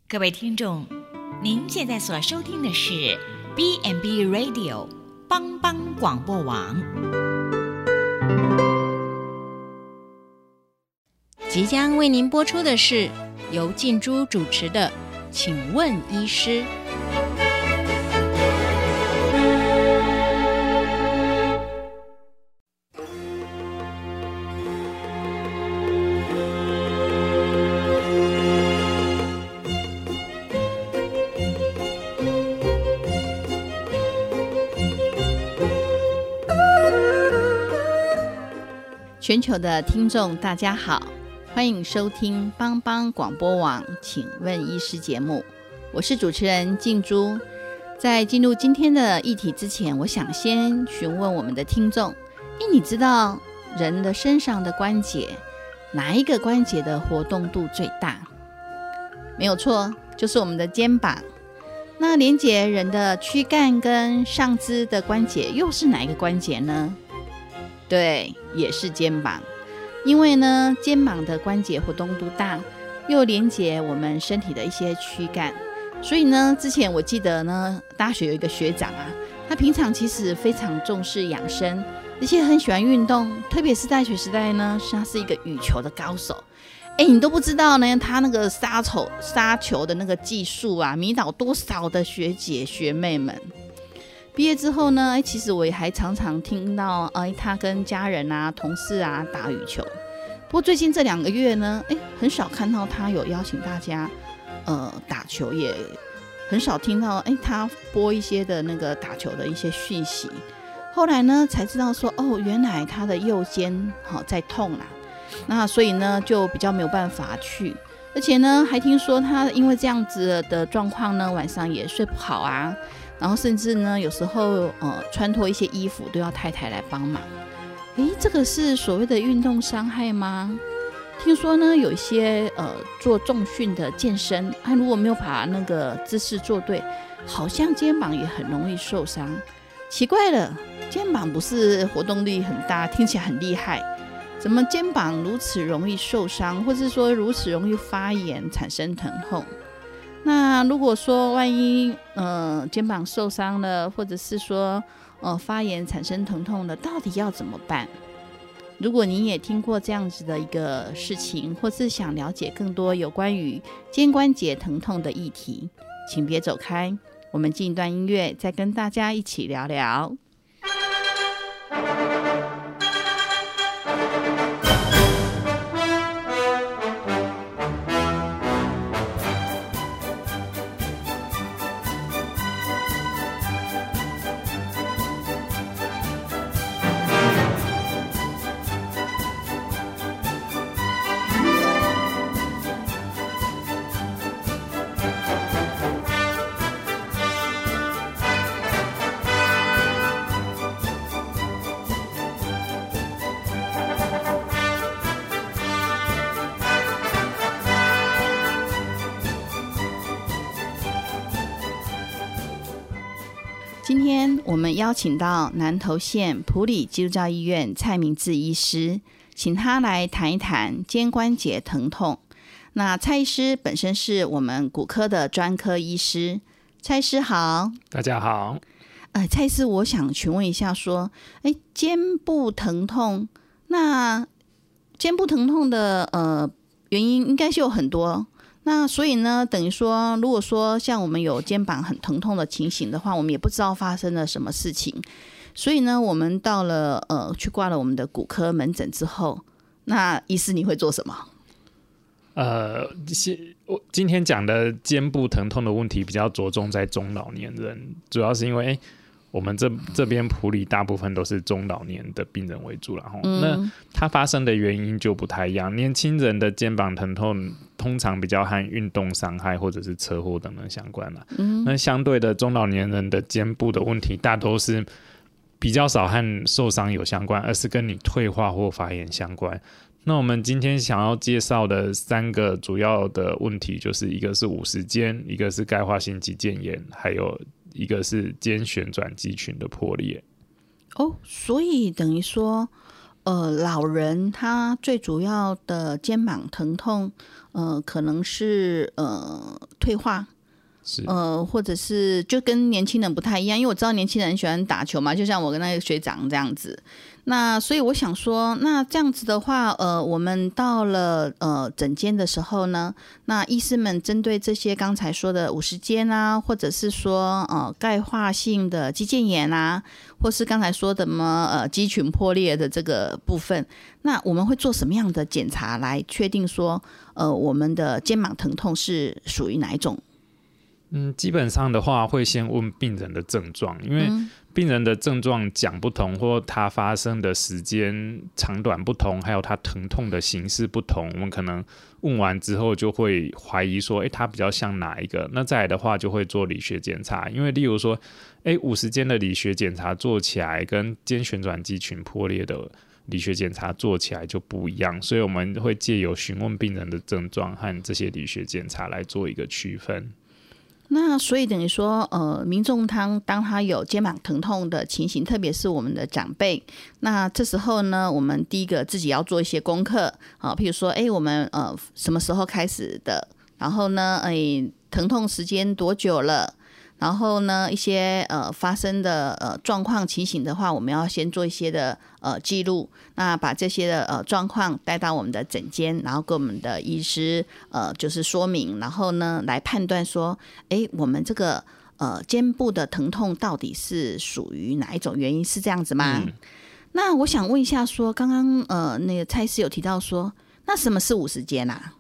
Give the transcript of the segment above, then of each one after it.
各位听众，您现在所收听的是 B&B Radio 帮帮广播网。 即将为您播出的是由静珠主持的请问医师。全球的听众大家好，欢迎收听帮帮广播网请问医师节目，我是主持人静珠。在进入今天的议题之前，我想先询问我们的听众，你知道人的身上的关节哪一个关节的活动度最大？没有错，就是我们的肩膀。那连接人的躯干跟上肢的关节又是哪一个关节呢？对，也是肩膀。因为呢，肩膀的关节活动度大，又连接我们身体的一些躯干，所以呢，之前我记得呢，大学有一个学长啊，他平常其实非常重视养生，而且很喜欢运动，特别是大学时代呢，他是一个羽球的高手。你都不知道呢，他那个杀球的那个技术啊，迷倒多少的学姐学妹们。毕业之后呢，其实我也还常常听到他跟家人啊、同事啊打羽球。不过最近这2个月呢，很少看到他有邀请大家打球，也很少听到他播一些的那个打球的一些讯息。后来呢才知道说，原来他的右肩在痛啦，那所以呢就比较没有办法去。而且呢还听说他因为这样子的状况呢，晚上也睡不好啊，然后甚至呢有时候穿脱一些衣服都要太太来帮忙。这个是所谓的运动伤害吗？听说呢有一些做重训的健身，他如果没有把那个姿势做对，好像肩膀也很容易受伤。奇怪了，肩膀不是活动力很大，听起来很厉害，怎么肩膀如此容易受伤，或是说如此容易发炎产生疼痛？那如果说万一肩膀受伤了，或者是说发炎产生疼痛了，到底要怎么办？如果你也听过这样子的一个事情，或是想了解更多有关于肩关节疼痛的议题，请别走开，我们进一段音乐，再跟大家一起聊聊。今天我们邀请到南投县埔里基督教医院蔡明志医师，请他来谈一谈肩关节疼痛。那蔡医师本身是我们骨科的专科医师。蔡医师好。 大家好。 蔡医师，我想询问一下说，肩部疼痛，那肩部疼痛的原因应该是有很多。那所以呢，等于说如果说像我们有肩膀很疼痛的情形的话，我们也不知道发生了什么事情。所以呢，我们到了去挂了我们的骨科门诊之后，那医师你会做什么？ 我今天讲的肩部疼痛的问题比较着重在中老年人，主要是因为我们这边埔里大部分都是中老年的病人为主啦，那它发生的原因就不太一样。年轻人的肩膀疼痛通常比较和运动伤害或者是车祸等等相关啦，那相对的中老年人的肩部的问题大都是比较少和受伤有相关，而是跟你退化或发炎相关。那我们今天想要介绍的3个主要的问题，就是一个是50肩，一个是钙化性肌腱炎，还有一个是肩旋转肌群的破裂。 所以等于说老人他最主要的肩膀疼痛，可能是退化。 是或者是就跟年轻人不太一样，因为我知道年轻人喜欢打球嘛，就像我跟那个学长这样子。那所以我想说，那这样子的话，我们到了诊间的时候呢，那医师们针对这些刚才说的50肩啊，或者是说钙化性的肌腱炎啊，或是刚才说的什么肌群破裂的这个部分，那我们会做什么样的检查来确定说，我们的肩膀疼痛是属于哪一种？ 基本上的话会先问病人的症状，因为病人的症状讲不同，或他发生的时间长短不同，还有他疼痛的形式不同，我们可能问完之后就会怀疑说他比较像哪一个。那再来的话就会做理学检查，因为例如说50肩的理学检查做起来跟肩旋转肌群破裂的理学检查做起来就不一样，所以我们会借由询问病人的症状和这些理学检查来做一个区分。 那所以等于说，民众当他有肩膀疼痛的情形，特别是我们的长辈，那这时候呢，我们第一个自己要做一些功课啊，譬如说，我们什么时候开始的，然后呢，疼痛时间多久了，然后呢，一些发生的状况情形的话，我们要先做一些的记录，那把这些的状况带到我们的诊间，然后跟我们的医师就是说明，然后呢来判断说，我们这个肩部的疼痛到底是属于哪一种原因，是这样子吗？那我想问一下说，刚刚那个蔡医师有提到说，那什么是50肩啊？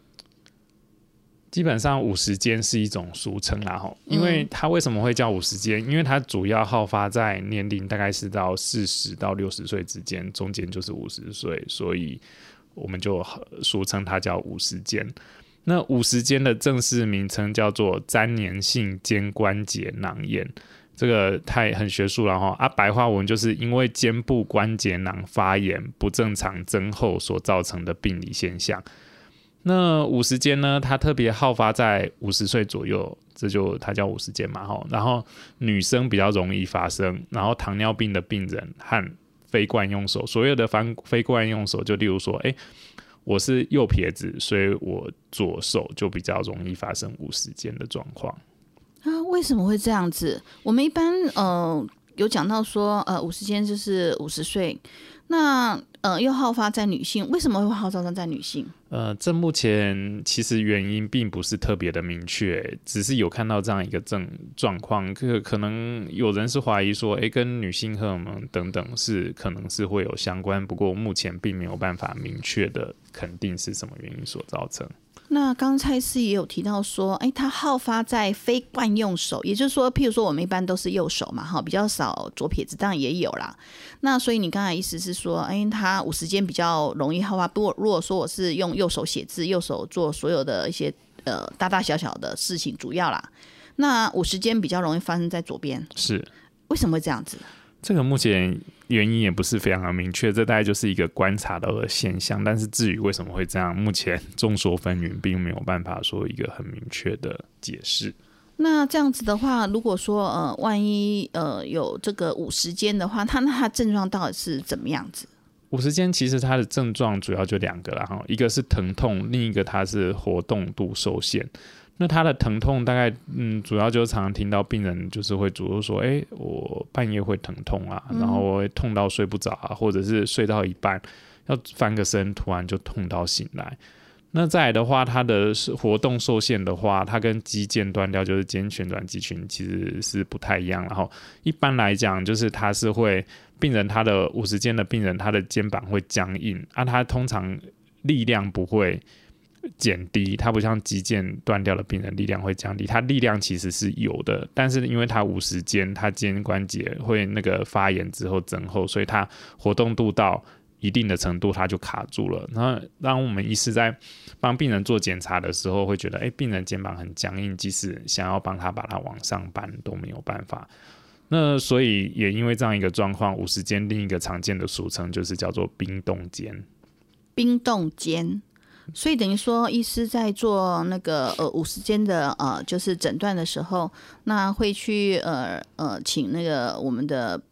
基本上50肩是一种俗称啦，因为它为什么会叫50肩？因为它主要好发在年龄大概是到40到60岁之间，中间就是50岁，所以我们就俗称它叫50肩。那50肩的正式名称叫做粘连性肩关节囊炎，这个很学术了白话文就是因为肩部关节囊发炎不正常增厚所造成的病理现象。那50肩呢，它特别好发在50岁左右，它叫50肩嘛。然后女生比较容易发生，然后糖尿病的病人和非惯用手，所有的非惯用手就例如说，我是右撇子，所以我左手就比较容易发生50肩的状况。 为什么会这样子？我们一般有讲到说50肩就是50岁，那又好发在女性，为什么会好发在女性？ 这目前其实原因并不是特别的明确，只是有看到这样一个状况，可能有人是怀疑说，跟女性荷尔蒙等等可能是会有相关，不过目前并没有办法明确的肯定是什么原因所造成。 那刚才是也有提到说，它好发在非惯用手，也就是说，譬如说我们一般都是右手嘛，比较少左撇子，当然也有啦。那所以你刚才意思是说，它50肩比较容易好发。如果说我是用右手写字，右手做所有的一些大大小小的事情，主要啦，那50肩比较容易发生在左边， 是为什么会这样子？ 这个目前原因也不是非常的明确，这大概就是一个观察到的现象，但是至于为什么会这样，目前众说纷纭，并没有办法说一个很明确的解释。 那这样子的话，如果说万一有这个50肩的话，那它症状到底是怎么样子 ？50肩其实它的症状主要就2个啦，一个是疼痛，另一个它是活动度受限。那他的疼痛大概主要就常常听到病人就是会主动说，我半夜会疼痛啊，然后我会痛到睡不着啊，或者是睡到一半要翻个身，突然就痛到醒来。那再来的话，他的活动受限的话，他跟肌腱断掉，就是肩旋转肌群其实是不太一样。然后一般来讲，就是他是会他的50肩的病人，他的肩膀会僵硬啊，他通常力量不会减低，它不像肌腱断掉的病人力量会降低，它力量其实是有的，但是因为它50肩，它肩关节会那个发炎之后增厚，所以它活动度到一定的程度它就卡住了。然后当我们医师在帮病人做检查的时候，会觉得病人肩膀很僵硬，即使想要帮他把它往上搬都没有办法。那所以也因为这样一个状况，50肩另一个常见的俗称就是叫做冰冻肩。 冰冻肩，所以等于说医师在做那个50肩的就是诊断的时候，那会去请那个我们的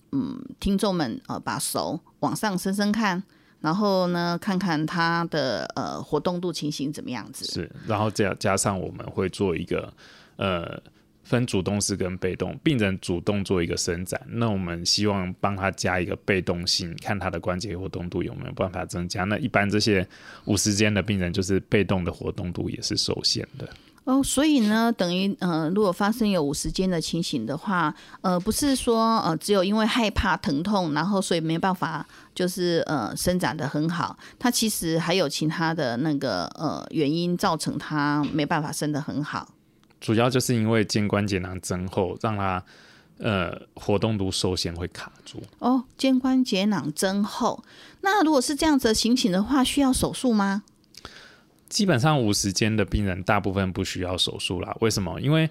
听众们把手往上伸伸看，然后呢看看它的活动度情形怎么样子。 是，然后加上我们会做一个分主动式跟被动，病人主动做一个伸展，那我们希望帮他加一个被动性，看他的关节活动度有没有办法增加。那一般这些50间的病人，就是被动的活动度也是受限的。 所以呢，等于如果发生有50间的情形的话，不是说只有因为害怕疼痛，然后所以没办法就是伸展得很好，它其实还有其他的那个原因造成它没办法伸得很好。 主要就是因为肩关节囊增厚，让它活动度受限，会卡住。 肩关节囊增厚，那如果是这样子的情形的话，需要手术吗？ 基本上50间的病人大部分不需要手术啦。为什么？因为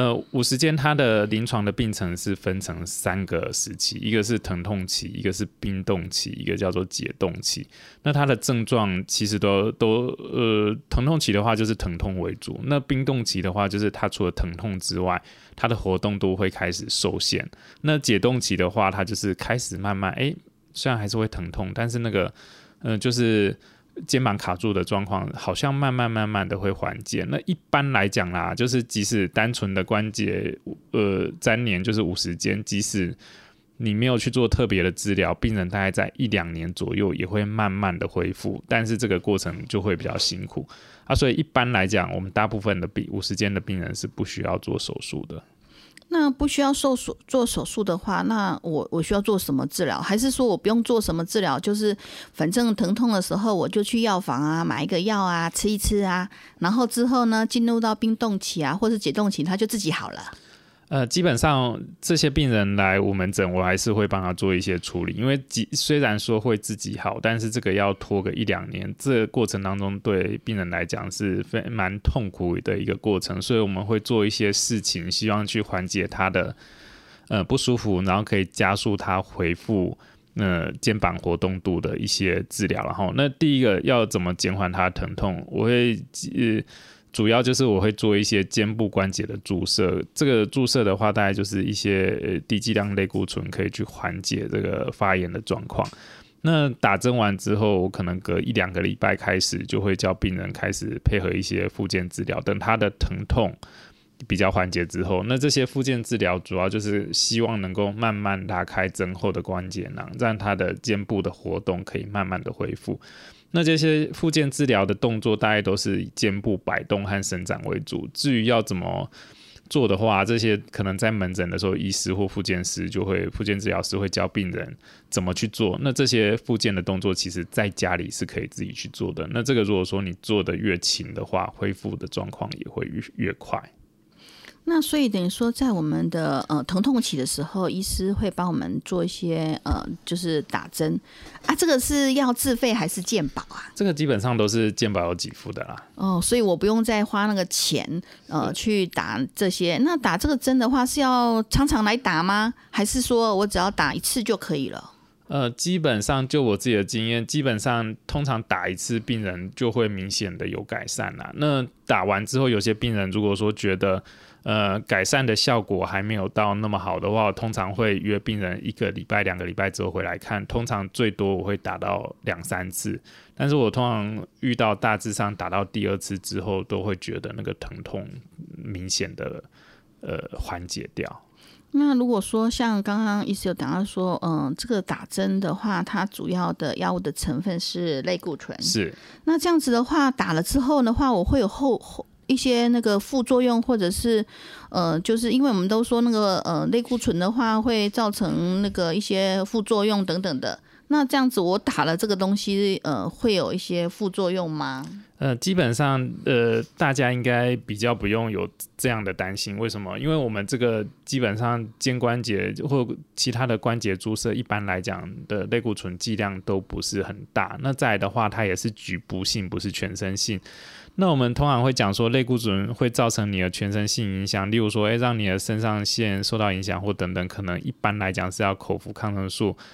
50间它的临床的病程是分成3个时期，一个是疼痛期，一个是冰冻期，一个叫做解冻期。那它的症状其实都疼痛期的话就是疼痛为主，那冰冻期的话就是它除了疼痛之外，它的活动度会开始受限。那解冻期的话，它就是开始慢慢虽然还是会疼痛，但是那个就是肩膀卡住的状况好像慢慢的会缓解。那一般来讲啦，就是即使单纯的关节粘连就是50间，即使你没有去做特别的治疗，病人大概在1-2年左右也会慢慢的恢复，但是这个过程就会比较辛苦所以一般来讲，我们大部分的50间的病人是不需要做手术的。 那不需要做手术的话，那我需要做什么治疗？还是说我不用做什么治疗，就是反正疼痛的时候我就去药房啊，买一个药啊，吃一吃啊，然后之后呢进入到冰冻期啊，或是解冻期，它就自己好了？ 基本上这些病人来我门诊，我还是会帮他做一些处理，因为虽然说会自己好，但是这个要拖个1-2年，这个过程当中对病人来讲是蛮痛苦的一个过程，所以我们会做一些事情，希望去缓解他的不舒服，然后可以加速他恢复肩膀活动度的一些治疗。然后那第一个要怎么减缓他的疼痛，我会主要就是我会做一些肩部关节的注射，这个注射的话大概就是一些低剂量类固醇，可以去缓解这个发炎的状况。那打针完之后，我可能隔1-2个礼拜开始就会叫病人开始配合一些复健治疗，等他的疼痛比较缓解之后，那这些复健治疗主要就是希望能够慢慢拉开增厚的关节囊，让他的肩部的活动可以慢慢的恢复。那这些复健治疗的动作大概都是以肩部摆动和伸展为主，至于要怎么做的话，这些可能在门诊的时候，医师或复健治疗师会教病人怎么去做。那这些复健的动作其实在家里是可以自己去做的。那这个如果说你做的越勤的话，恢复的状况也会越快。 那所以等于说，在我们的疼痛期的时候，医师会帮我们做一些就是打针啊，这个是要自费还是健保啊？ 这个基本上都是健保有给付的啦。 所以我不用再花那个钱去打这些。那打这个针的话，是要常常来打吗？还是说我只要打一次就可以了？ 基本上就我自己的经验，基本上通常打一次病人就会明显的有改善啦。那打完之后，有些病人如果说觉得改善的效果还没有到那么好的话，我通常会约病人1个礼拜、2个礼拜之后回来看，通常最多我会打到2-3次，但是我通常遇到大致上打到第2次之后，都会觉得那个疼痛明显的缓解掉。 那如果说像刚刚医师有讲到说，这个打针的话，它主要的药物的成分是类固醇， 是。 那这样子的话，打了之后的话，我会有一些那个副作用，或者是就是因为我们都说那个类固醇的话会造成那个一些副作用等等的。那这样子我打了这个东西会有一些副作用吗？ 基本上大家应该比较不用有这样的担心。为什么？因为我们这个基本上肩关节或其他的关节注射，一般来讲的类固醇剂量都不是很大。那再来的话，它也是局部性，不是全身性。那我们通常会讲说，类固醇会造成你的全身性影响，例如说，让你的肾上腺受到影响或等等，可能一般来讲是要口服抗生素。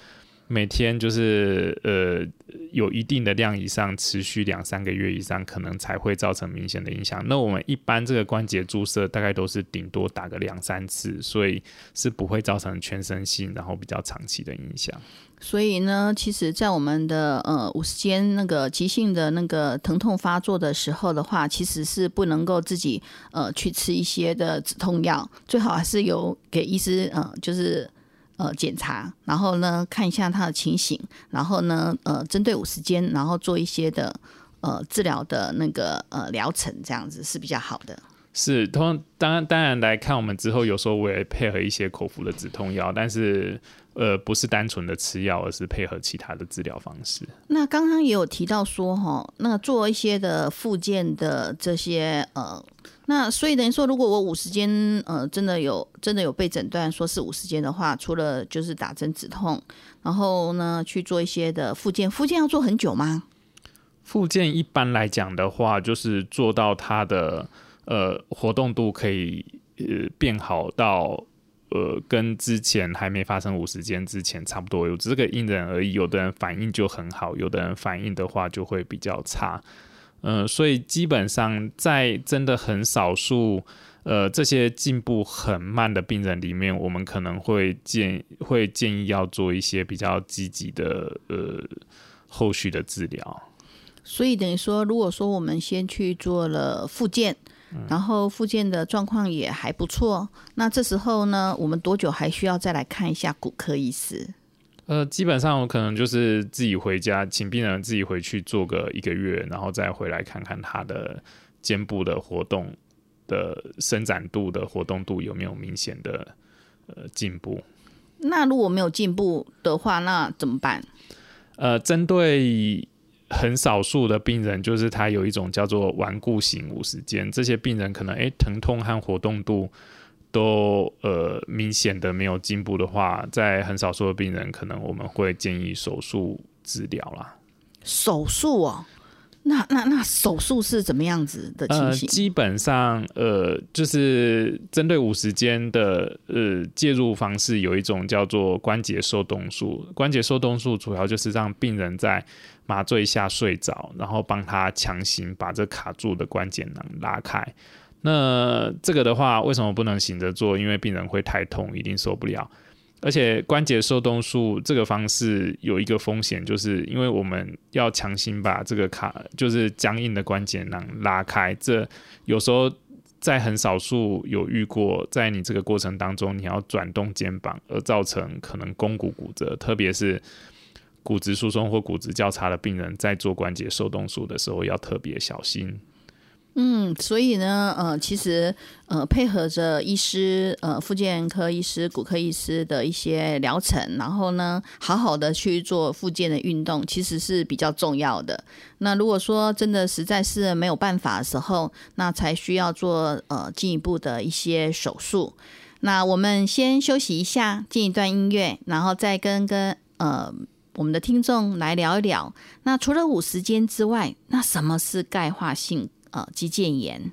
每天就是有一定的量以上，持续2-3个月以上，可能才会造成明显的影响。那我们一般这个关节注射大概都是顶多打个2-3次，所以是不会造成全身性然后比较长期的影响。 所以呢，其实在我们的50间那个急性的那个疼痛发作的时候的话，其实是不能够自己去吃一些的止痛药，最好还是有给医师就是检查，然后呢看一下他的情形，然后呢针对50间，然后做一些的治疗的那个疗程，这样子是比较好的。 是，当然来看，我们之后有时候我也配合一些口服的止痛药，但是不是单纯的吃药，而是配合其他的治疗方式。 那刚刚也有提到说那做一些的复健的这些那所以等于说，如果我50间真的有被诊断说是50间的话，除了就是打针止痛，然后呢去做一些的复健要做很久吗？ 复健一般来讲的话，就是做到它的活动度可以变好到跟之前还没发生50间之前差不多，有这个因人而异，有的人反应就很好，有的人反应的话就会比较差。所以基本上在真的很少数这些进步很慢的病人里面，我们可能会建议要做一些比较积极的后续的治疗。 所以等于说，如果说我们先去做了复健，然后复健的状况也还不错，那这时候呢，我们多久还需要再来看一下骨科医师？ 基本上我可能就是自己回家，请病人自己回去做个1个月，然后再回来看看他的肩部的活动的伸展度的活动度有没有明显的进步。 那如果没有进步的话，那怎么办？ 针对很少数的病人，就是他有一种叫做顽固型50间，这些病人可能疼痛和活动度都明显的没有进步的话，在很少数的病人，可能我们会建议手术治疗啦。 手术哦？那手术是怎么样子的情形？ 基本上就是针对50间的介入方式，有一种叫做关节受动术。关节受动术主要就是让病人在麻醉下睡着，然后帮他强行把这卡住的关节囊拉开。那这个的话，为什么不能醒着做？因为病人会太痛，一定受不了。而且关节受动术这个方式有一个风险，就是因为我们要强行把这个就是僵硬的关节囊拉开，这有时候在很少数有遇过，在你这个过程当中，你要转动肩膀而造成可能肱骨骨折，特别是骨质疏松或骨质较差的病人，在做关节受动术的时候要特别小心。 所以呢，其实配合着医师、复健科医师、骨科医师的一些疗程，然后呢，好好的去做复健的运动，其实是比较重要的。那如果说真的实在是没有办法的时候，那才需要做进一步的一些手术。那我们先休息一下，进一段音乐，然后再跟我们的听众来聊一聊。那除了50间之外，那什么是钙化性肌腱炎？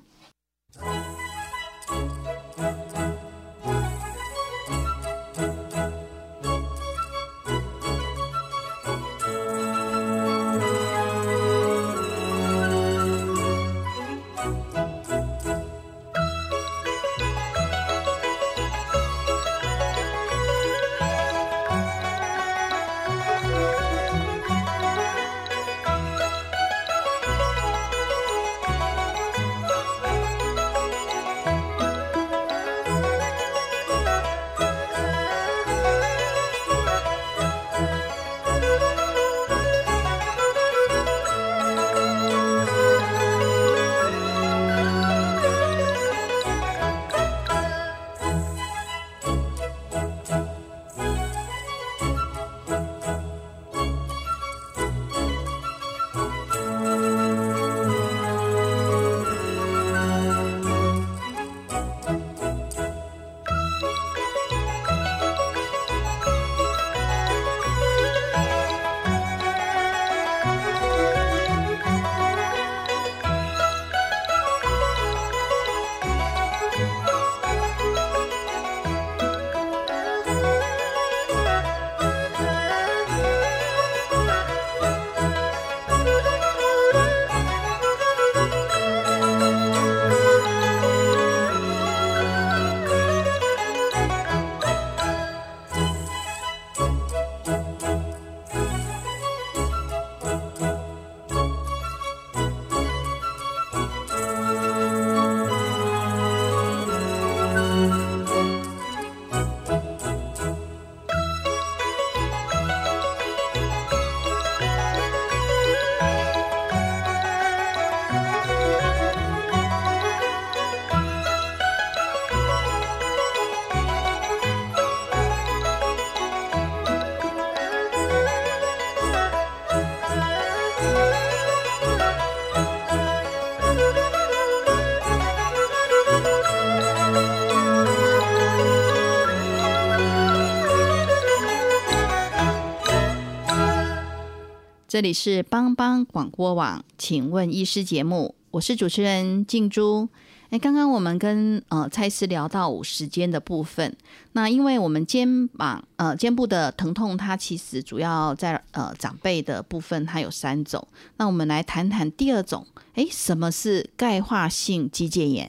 这里是帮帮广播网，请问医师节目，我是主持人静珠。刚刚我们跟蔡医师聊到50肩的部分，那因为我们肩部的疼痛，它其实主要在长辈的部分，它有3种。那我们来谈谈第2种，什么是钙化性肌腱炎？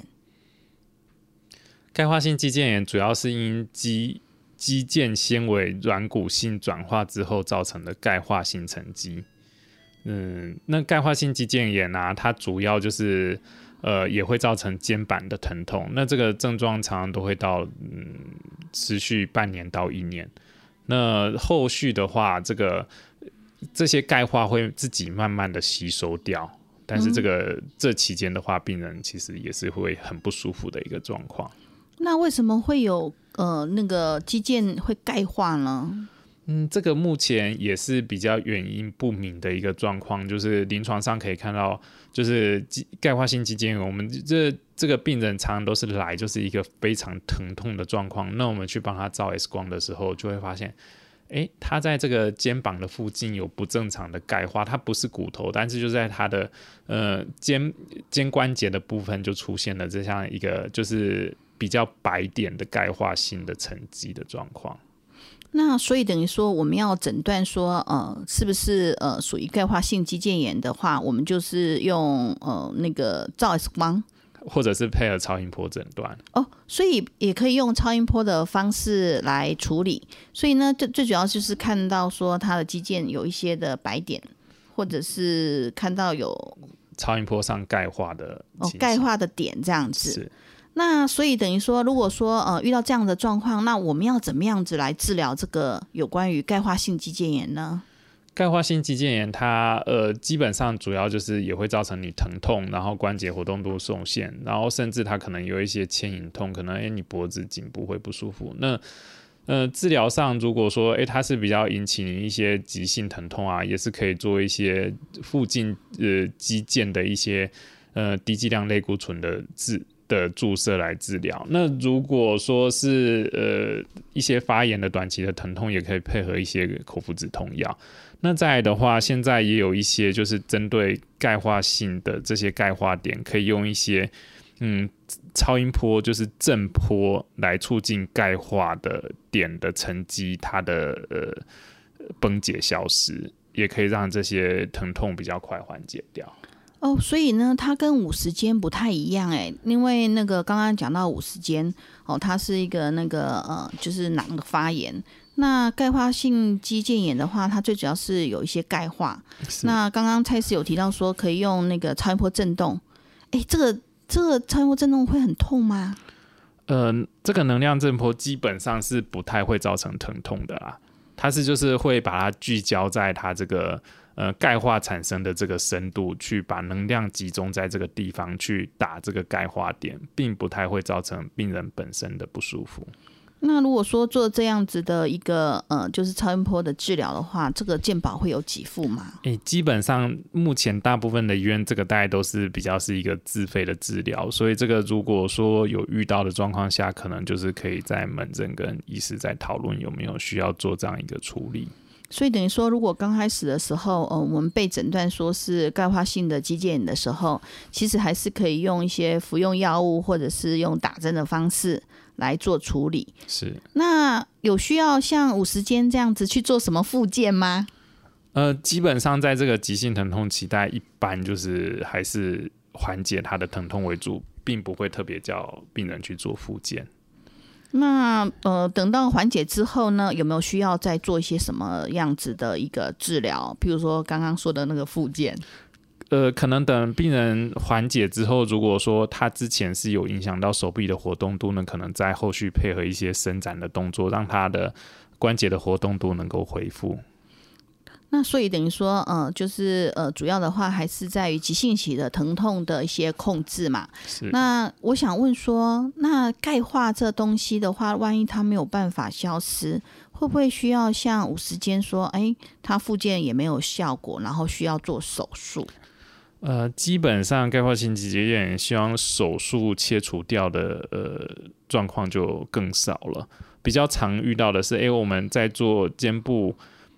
钙化性肌腱炎主要是因肌腱纤维软骨性转化之后造成的钙化性沉积。那钙化性肌腱炎啊，它主要就是也会造成肩膀的疼痛。那这个症状常常都会到持续半年到1年。那后续的话，这些钙化会自己慢慢的吸收掉，但是这期间的话，病人其实也是会很不舒服的一个状况。 那为什么会有那个肌腱会钙化呢？ 这个目前也是比较原因不明的一个状况，就是临床上可以看到，就是钙化性肌腱炎，我们这个病人常常都是来就是一个非常疼痛的状况，那我们去帮他照 X 光的时候，就会发现，他在这个肩膀的附近有不正常的钙化，它不是骨头，但是就在他的肩关节的部分就出现了这样一个就是比较白点的钙化性的沉积的状况。 那所以等于说，我们要诊断说，是不是属于钙化性肌腱炎的话，我们就是用那个照 X 光， 或者是配合超音波诊断。 所以也可以用超音波的方式来处理。所以呢，最主要就是看到说它的肌腱有一些的白点，或者是看到有超音波上钙化的钙化的点这样子。 是。 那所以等于说，如果说遇到这样的状况，那我们要怎么样子来治疗这个有关于钙化性肌腱炎呢？ 钙化性肌腱炎它基本上主要就是也会造成你疼痛，然后关节活动度受限，然后甚至它可能有一些牵引痛，可能你脖子颈部会不舒服。那治疗上如果说它是比较引起你一些急性疼痛啊，也是可以做一些附近肌腱的一些低剂量类固醇的注射来治疗。那如果说是一些发炎的短期的疼痛，也可以配合一些口服止痛药。那再来的话，现在也有一些就是针对钙化性的这些钙化点，可以用一些超音波，就是震波来促进钙化的点的沉积，它的崩解消失，也可以让这些疼痛比较快缓解掉。 所以呢，它跟50肩不太一样因为那个刚刚讲到50肩它是一个那个就是囊的发炎。那钙化性肌腱炎的话，它最主要是有一些钙化。那刚刚蔡医师有提到说可以用那个超音波震动，这个超音波震动会很痛吗？ 这个能量震波基本上是不太会造成疼痛的啦，它是就是会把它聚焦在它这个钙化产生的这个深度，去把能量集中在这个地方去打这个钙化点，并不太会造成病人本身的不舒服。 那如果说做这样子的一个就是超音波的治疗的话，这个健保会有给付吗？ 基本上目前大部分的医院这个大概都是比较是一个自费的治疗，所以这个如果说有遇到的状况下，可能就是可以在门诊跟医师在讨论有没有需要做这样一个处理。 所以等于说，如果刚开始的时候我们被诊断说是钙化性的肌腱炎的时候，其实还是可以用一些服用药物或者是用打针的方式来做处理。 是。 那有需要像50肩这样子去做什么复健吗？ 基本上在这个急性疼痛期，大概一般就是还是缓解它的疼痛为主，并不会特别叫病人去做复健。 那等到缓解之后呢，有没有需要再做一些什么样子的一个治疗？譬如说刚刚说的那个复健。 可能等病人缓解之后，如果说他之前是有影响到手臂的活动度呢，可能在后续配合一些伸展的动作，让他的关节的活动度能够恢复。 那所以等于说就是主要的话还是在于急性期的疼痛的一些控制嘛。 是。 那我想问说，那钙化这东西的话，万一它没有办法消失，会不会需要像50肩说它复健也没有效果，然后需要做手术？ 基本上钙化性肌腱炎希望手术切除掉的状况就更少了。比较常遇到的是我们在做肩部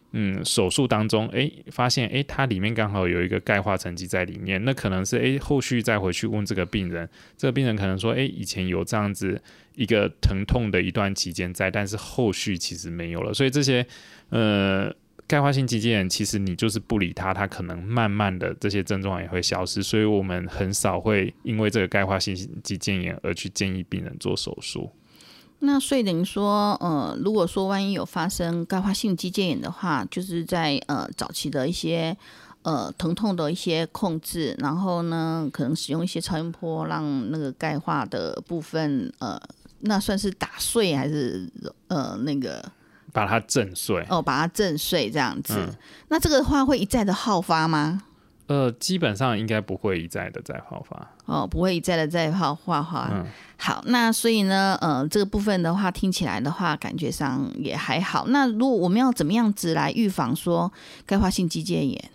手术当中，发现它里面刚好有一个钙化沉积在里面，那可能是后续再回去问这个病人，这个病人可能说以前有这样子一个疼痛的一段期间在，但是后续其实没有了，所以这些钙化性肌腱炎其实你就是不理它，它可能慢慢的这些症状也会消失，所以我们很少会因为这个钙化性肌腱炎而去建议病人做手术。 那所以等于说，如果说万一有发生钙化性肌腱炎的话，就是在早期的一些疼痛的一些控制，然后呢，可能使用一些超音波让那个钙化的部分，那算是打碎还是那个？ 把它震碎把它震碎这样子。那这个的话会一再的好发吗？ 基本上应该不会一再的再好发。 不会一再的再好发。好，那所以呢，这个部分的话，听起来的话，感觉上也还好。那如果我们要怎么样子来预防说钙化性肌腱炎？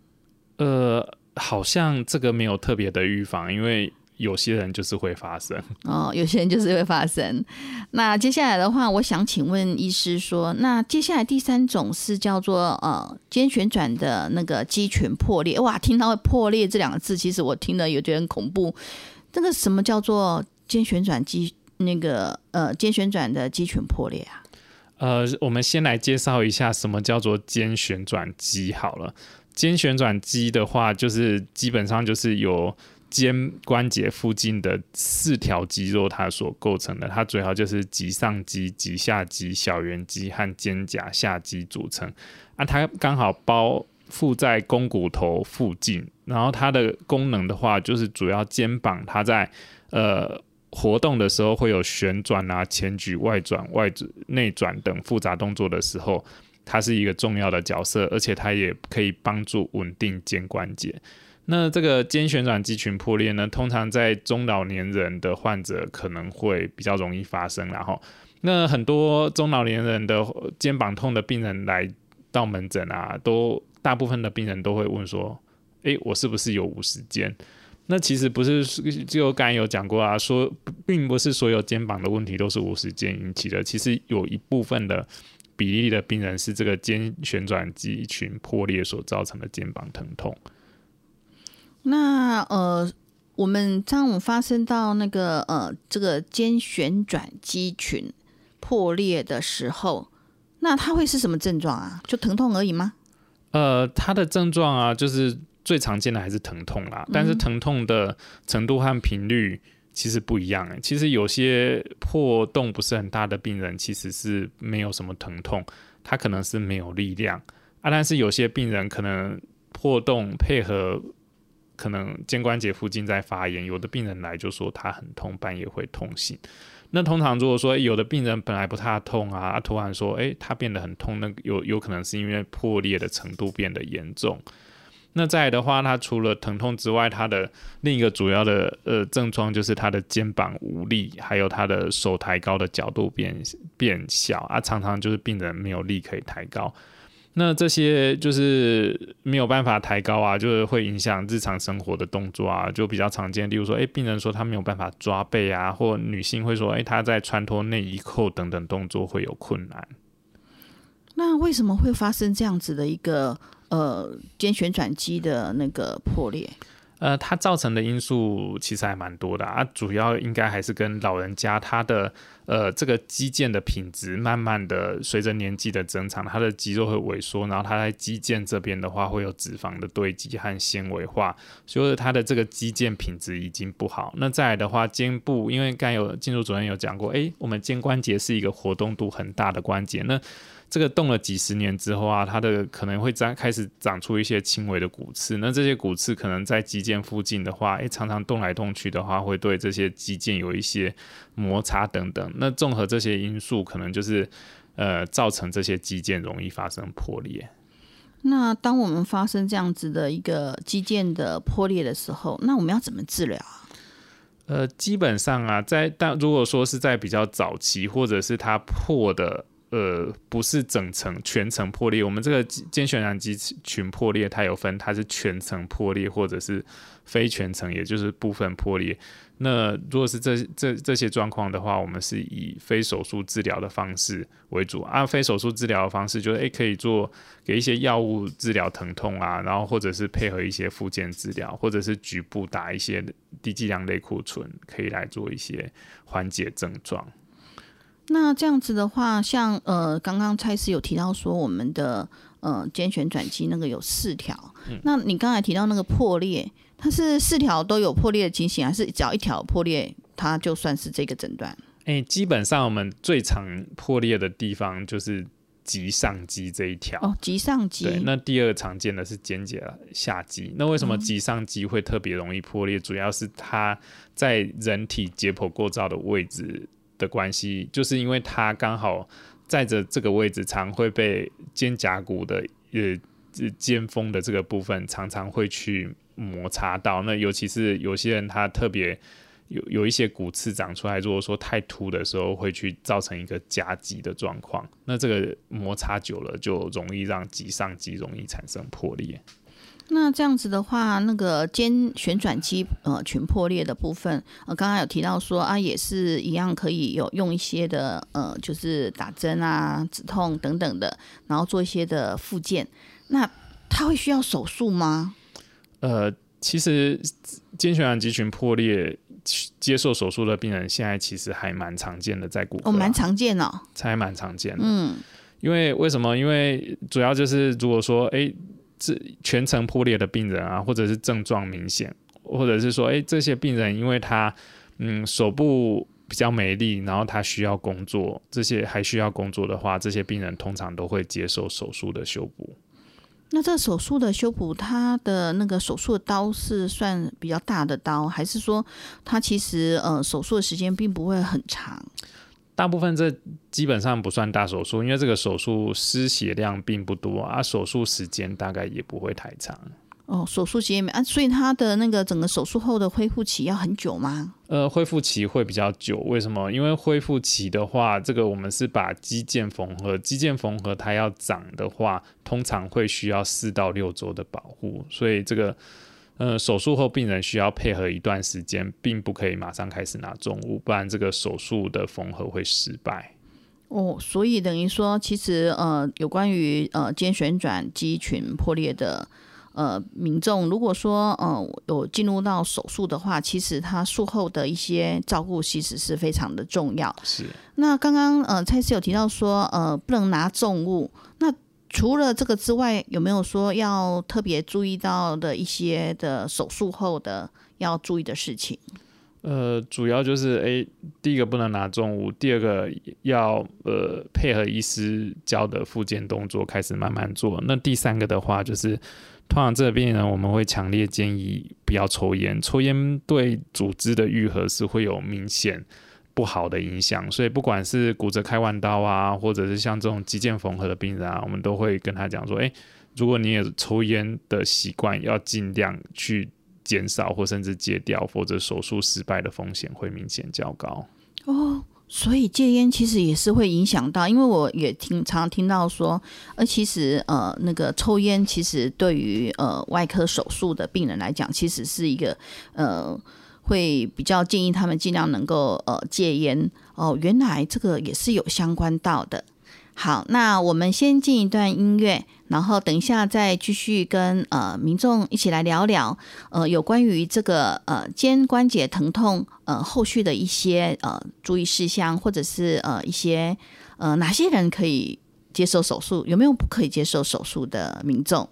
好像这个没有特别的预防，因为有些人就是会发生。 有些人就是会发生。那接下来的话，我想请问医师说，那接下来第3种是叫做肩旋转的那个肌群破裂。哇，听到破裂这2个字，其实我听了有觉得很恐怖。这个什么叫做肩旋转肩旋转的肌群破裂啊？ 我们先来介绍一下什么叫做肩旋转肌好了。肩旋转肌的话，就是基本上就是由肩关节附近的4条肌肉它所构成的，它主要就是棘上肌、棘下肌、小圆肌和肩胛下肌组成。它刚好包覆在肱骨头附近，然后它的功能的话，就是主要肩膀它在活动的时候会有旋转啊、前举、外转、内转等复杂动作的时候，它是一个重要的角色，而且它也可以帮助稳定肩关节。那这个肩旋转肌群破裂呢，通常在中老年人的患者可能会比较容易发生，然后那很多中老年人的肩膀痛的病人来到门诊啊，大部分的病人都会问说，我是不是有50肩？那其实不是，就刚才有讲过啊，说并不是所有肩膀的问题都是50肩引起的，其实有一部分的比例的病人是这个肩旋转肌群破裂所造成的肩膀疼痛。 那我们发生到那个这个肩旋转肌群破裂的时候，那它会是什么症状啊？就疼痛而已吗？ 它的症状啊，就是最常见的还是疼痛啦，但是疼痛的程度和频率其实不一样。其实有些破洞不是很大的病人，其实是没有什么疼痛，他可能是没有力量但是有些病人可能破洞配合可能肩关节附近在发炎，有的病人来就说他很痛，半夜会痛醒。那通常如果说有的病人本来不太痛突然说他变得很痛，那有可能是因为破裂的程度变得严重。那再来的话，他除了疼痛之外，他的另一个主要的症状就是他的肩膀无力，还有他的手抬高的角度变小常常就是病人没有力可以抬高。那这些就是没有办法抬高就是会影响日常生活的动作就比较常见。例如说病人说他没有办法抓背或女性会说他在穿脱内衣扣等等动作会有困难。 那为什么会发生这样子的一个肩旋转肌的那个破裂？ 它造成的因素其实还蛮多的主要应该还是跟老人家他的这个肌腱的品质慢慢的随着年纪的增长，他的肌肉会萎缩，然后他在肌腱这边的话会有脂肪的堆积和纤维化，所以他的这个肌腱品质已经不好。那再来的话，肩部因为刚才有进入主任有讲过我们肩关节是一个活动度很大的关节，那这个动了几十年之后它的可能会开始长出一些轻微的骨刺，那这些骨刺可能在肌腱附近的话常常动来动去的话，会对这些肌腱有一些摩擦等等，那综合这些因素可能就是造成这些肌腱容易发生破裂。 那当我们发生这样子的一个肌腱的破裂的时候，那我们要怎么治疗基本上但如果说是在比较早期，或者是它破的不是全层破裂。我们这个间旋转肌群破裂，它有分，它是全层破裂或者是非全层，也就是部分破裂。那如果是这些状况的话，我们是以非手术治疗的方式为主啊。非手术治疗的方式就是可以给一些药物治疗疼痛啊，然后或者是配合一些复健治疗，或者是局部打一些低剂量类固醇，可以来做一些缓解症状。 那这样子的话，像刚刚蔡司有提到说我们的间旋转肌那个有4条，那你刚才提到那个破裂，它是4条都有破裂的情形，还是只要1条破裂它就算是这个诊断？ 基本上我们最常破裂的地方就是棘上肌这一条。 哦，棘上肌。 对，那第2常见的是肩胛下肌。那为什么棘上肌会特别容易破裂？主要是它在人体解剖构造的位置的关系，就是因为它刚好在这个位置，常会被肩胛骨的肩峰的这个部分常常会去摩擦到。那尤其是有些人他特别有一些骨刺长出来，如果说太凸的时候，会去造成一个夹击的状况。那这个摩擦久了，就容易让棘上肌容易产生破裂。 那这样子的话，那个肩旋转肌群破裂的部分，刚刚有提到说啊，也是一样可以有用一些的就是打针啊、止痛等等的，然后做一些的复健。那它会需要手术吗？ 其实肩旋转肌群破裂接受手术的病人，现在其实还蛮常见的，在骨科蛮常见哦， 还蛮常见的。因为为什么？因为主要就是如果说全层破裂的病人啊，或者是症状明显，或者是说这些病人因为他手部比较没力，然后他需要工作，这些还需要工作的话，这些病人通常都会接受手术的修补。 那这手术的修补，它的那个手术的刀是算比较大的刀，还是说它其实手术的时间并不会很长？ 大部分这基本上不算大手术，因为这个手术失血量并不多啊，手术时间大概也不会太长。 手术期间所以它的那个整个手术后的恢复期要很久吗？ 恢复期会比较久，为什么？因为恢复期的话，这个我们是把肌腱缝合它要长的话，通常会需要4到6周的保护，所以这个手术后病人需要配合一段时间，并不可以马上开始拿重物，不然这个手术的缝合会失败。 所以等于说，其实有关于肩旋转肌群破裂的民众，如果说有进入到手术的话，其实他术后的一些照顾其实是非常的重要。 是。那刚刚蔡司有提到说不能拿重物，那除了这个之外，有没有说要特别注意到的一些的手术后的要注意的事情？ 主要就是第一个不能拿重物，第二个要配合医师教的复健动作开始慢慢做。那第三个的话就是通常这个病人我们会强烈建议不要抽烟，抽烟对组织的愈合是会有明显不好的影响，所以不管是骨折开完刀啊，或者是像这种肌腱缝合的病人啊，我们都会跟他讲说如果你有抽烟的习惯，要尽量去减少或甚至戒掉，否则手术失败的风险会明显较高。 所以戒烟其实也是会影响到，因为我也常常听到说其实那个抽烟其实对于外科手术的病人来讲，其实是一个会比较建议他们尽量能够戒烟。原来这个也是有相关到的。好，那我们先进一段音乐，然后等一下再继续跟民众一起来聊聊有关于这个肩关节疼痛后续的一些注意事项，或者是一些哪些人可以接受手术，有没有不可以接受手术的民众。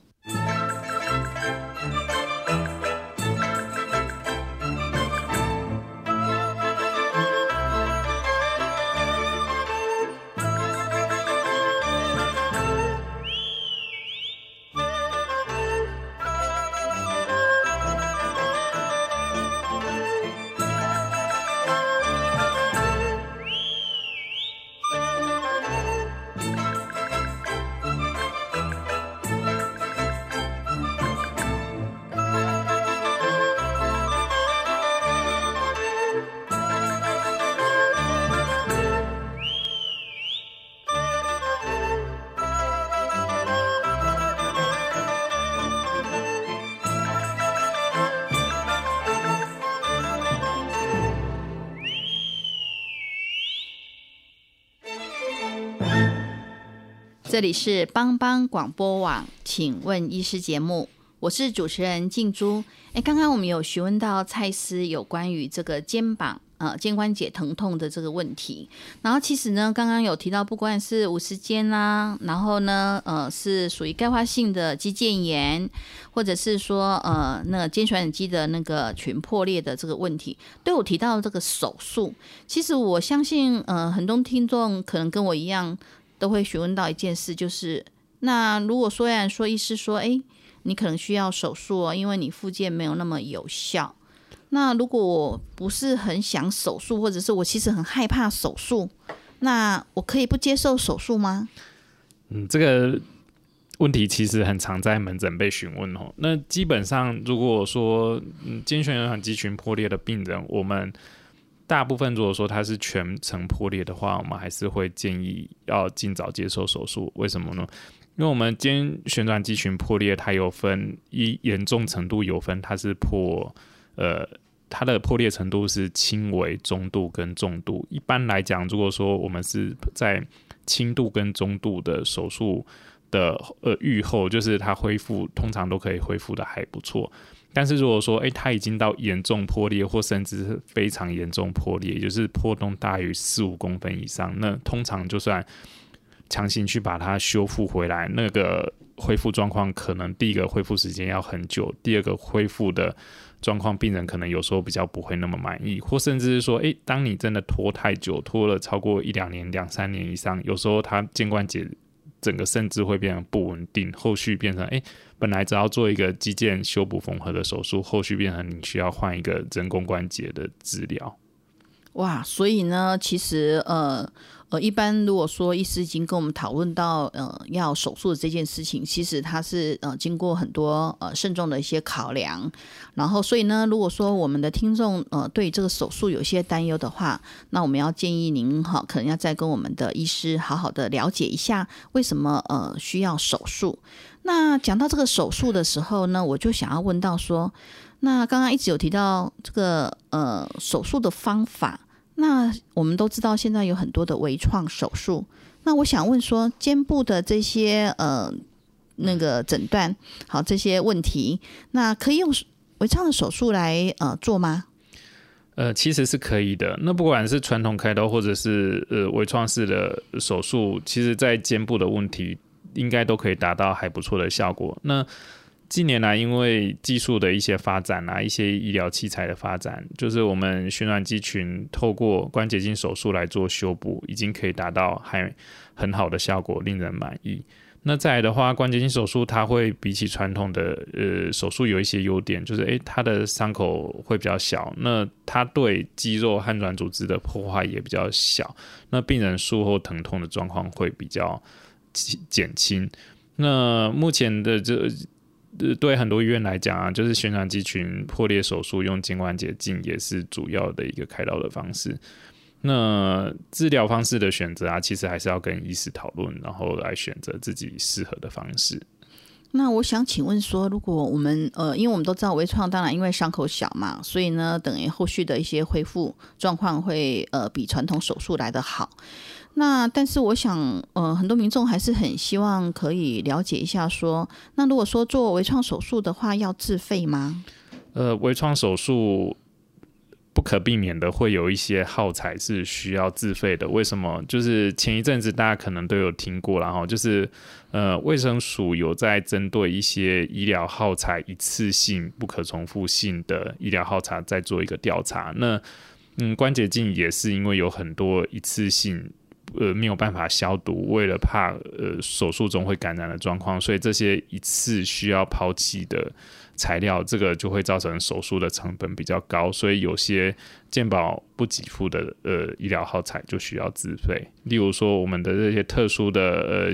这里是帮帮广播网，请问医师节目，我是主持人静珠。刚刚我们有询问到蔡司有关于这个肩关节疼痛的这个问题，然后其实呢，刚刚有提到，不管是50肩啦，然后呢，是属于钙化性的肌腱炎，或者是说那个肩旋转肌的那个群破裂的这个问题，都有提到这个手术。其实我相信，很多听众可能跟我一样，都会询问到一件事，就是那如果虽然说医师说，你可能需要手术哦，因为你复健没有那么有效。那如果我不是很想手术，或者是我其实很害怕手术，那我可以不接受手术吗？ 这个问题其实很常在门诊被询问哦。那基本上如果说肩旋转肌群破裂的病人，我们大部分如果说它是全程破裂的话，我们还是会建议要尽早接受手术。为什么呢？因为我们肩旋转肌群破裂，它有分严重程度有分，它是它的破裂程度是轻微、中度跟重度。一般来讲，如果说我们是在轻度跟中度的手术的愈后，就是它恢复通常都可以恢复的还不错。但是如果说它已经到严重破裂，或甚至是非常严重破裂，也就是破洞大于4-5公分以上，那通常就算强行去把它修复回来，那个恢复状况可能第一个恢复时间要很久，第二个恢复的状况病人可能有时候比较不会那么满意，或甚至是说当你真的拖太久，拖了超过1-2年、2-3年以上，有时候它肩关节整个甚至会变成不稳定，后续变成本来只要做一个肌腱修补缝合的手术，后续变成你需要换一个人工关节的治疗。 哇，所以呢，其实一般如果说医师已经跟我们讨论到要手术的这件事情，其实它是经过很多慎重的一些考量，然后所以呢，如果说我们的听众对这个手术有些担忧的话，那我们要建议您可能要再跟我们的医师好好的了解一下为什么需要手术。那讲到这个手术的时候呢，我就想要问到说，那刚刚一直有提到这个手术的方法，那我们都知道现在有很多的微创手术，那我想问说，肩部的这些那个诊断好这些问题，那可以用微创的手术来做吗？ 其实是可以的。那不管是传统开刀或者是微创式的手术，其实在肩部的问题应该都可以达到还不错的效果。那近年来因为技术的一些发展一些医疗器材的发展，就是我们旋转肌群透过关节镜手术来做修补，已经可以达到还很好的效果，令人满意。那再来的话，关节镜手术它会比起传统的手术有一些优点，就是它的伤口会比较小，那它对肌肉和软组织的破坏也比较小，那病人术后疼痛的状况会比较减轻。那目前的对很多医院来讲就是旋转肌群破裂手术用肩关节镜也是主要的一个开刀的方式。那治疗方式的选择其实还是要跟医师讨论，然后来选择自己适合的方式。 那我想请问说，如果我们因为我们都知道微创当然因为伤口小嘛，所以呢等于后续的一些恢复状况会比传统手术来得好。那但是我想很多民众还是很希望可以了解一下说，那如果说做微创手术的话要自费吗？ 微创手术不可避免的会有一些耗材是需要自费的。为什么？就是前一阵子大家可能都有听过啦，就是卫生署有在针对一些医疗耗材一次性不可重复性的医疗耗材在做一个调查。那关节镜也是因为有很多一次性没有办法消毒，为了怕手术中会感染的状况，所以这些一次需要抛弃的材料，这个就会造成手术的成本比较高，所以有些健保不给付的医疗耗材就需要自费。例如说我们的这些特殊的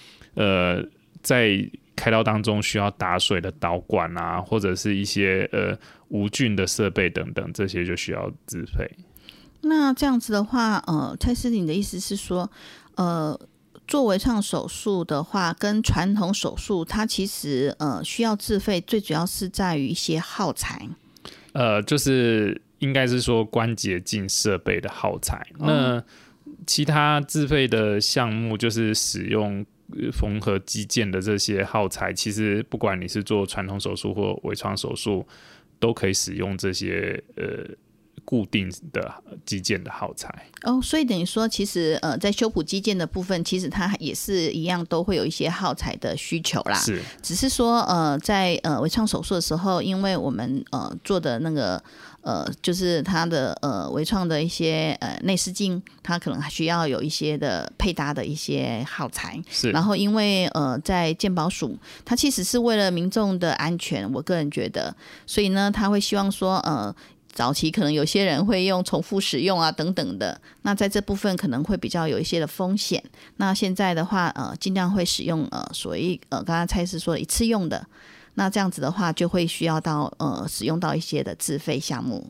在开刀当中需要打水的导管或者是一些无菌的设备等等，这些就需要自费。 那这样子的话蔡司你的意思是说做微创手术的话跟传统手术它其实需要自费，最主要是在于一些耗材就是应该是说关节镜设备的耗材那其他自费的项目就是使用缝合肌腱的这些耗材，其实不管你是做传统手术或微创手术，都可以使用这些固定的肌腱的耗材。 所以等于说其实在修补肌腱的部分，其实它也是一样都会有一些耗材的需求啦。 是， 只是说在微创手术的时候，因为我们做的那个就是它的微创的一些内视镜，它可能还需要有一些的配搭的一些耗材。 是， 然后因为在健保署，它其实是为了民众的安全，我个人觉得，所以呢，他会希望说早期可能有些人会用重复使用啊等等的，那在这部分可能会比较有一些的风险。那现在的话尽量会使用所谓刚刚蔡医师说的一次用的，那这样子的话就会需要到使用到一些的自费项目。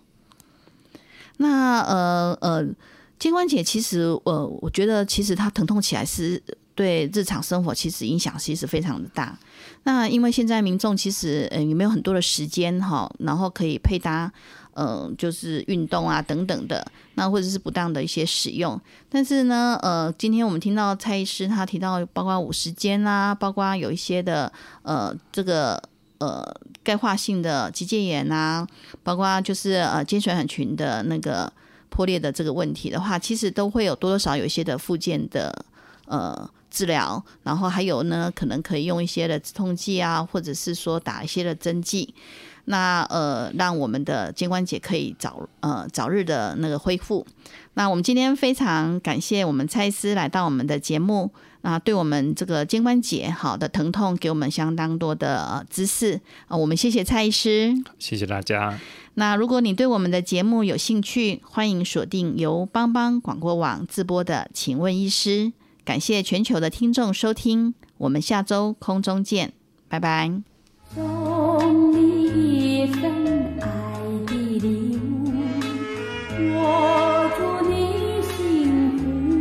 那肩关节其实我觉得其实它疼痛起来是对日常生活其实影响其实非常的大。那因为现在民众其实也没有很多的时间然后可以配搭就是运动啊等等的，那或者是不当的一些使用。但是呢今天我们听到蔡医师他提到包括50间啊，包括有一些的这个钙化性的肌腱炎啊，包括就是肩旋杆群的那个破裂的这个问题的话，其实都会有多多少有一些的复健的治疗，然后还有呢可能可以用一些的止痛剂啊，或者是说打一些的针剂，那让我们的肩关节可以早日的那个恢复。那我们今天非常感谢我们蔡医师来到我们的节目，那对我们这个肩关节好的疼痛给我们相当多的知识我们谢谢蔡医师， 谢谢大家。 那如果你对我们的节目有兴趣，欢迎锁定由帮帮广播网自播的请问医师。感谢全球的听众收听，我们下周空中见，拜拜。 送你一份爱的礼物，我祝你幸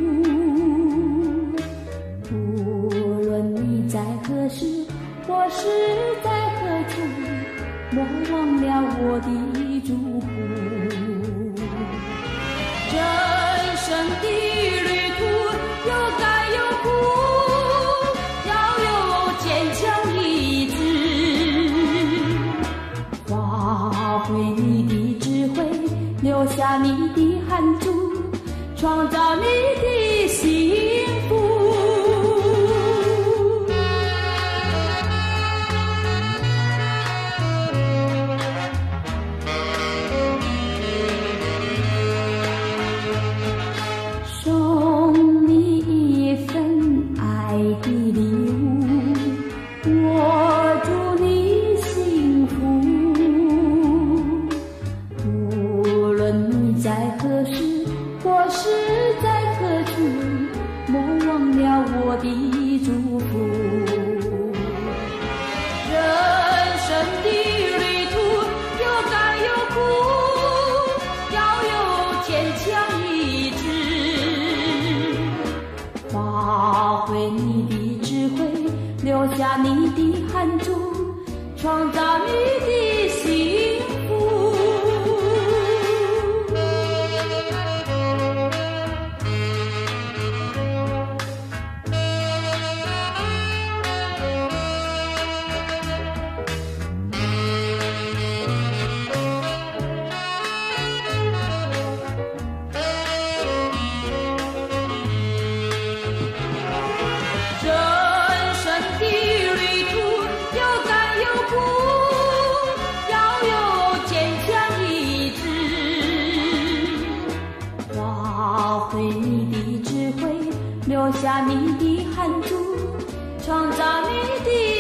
福。无论你在何时或是在何处，莫忘了我的祝福。人生的旅途有甘有苦，要有坚强意志，发挥你的智慧，留下你的汗珠，创造你的幸福。送你一份爱的礼物，我祝你幸福。无论你在何时或是在何处，莫忘了我的祝福。人生的旅途有甘有苦，要有坚强意志，发挥你的智慧，留下你的汗珠，创造你的幸福。人生的旅途有甘有苦，要有坚强意志，发挥你的智慧，留下你的汗珠，创造你的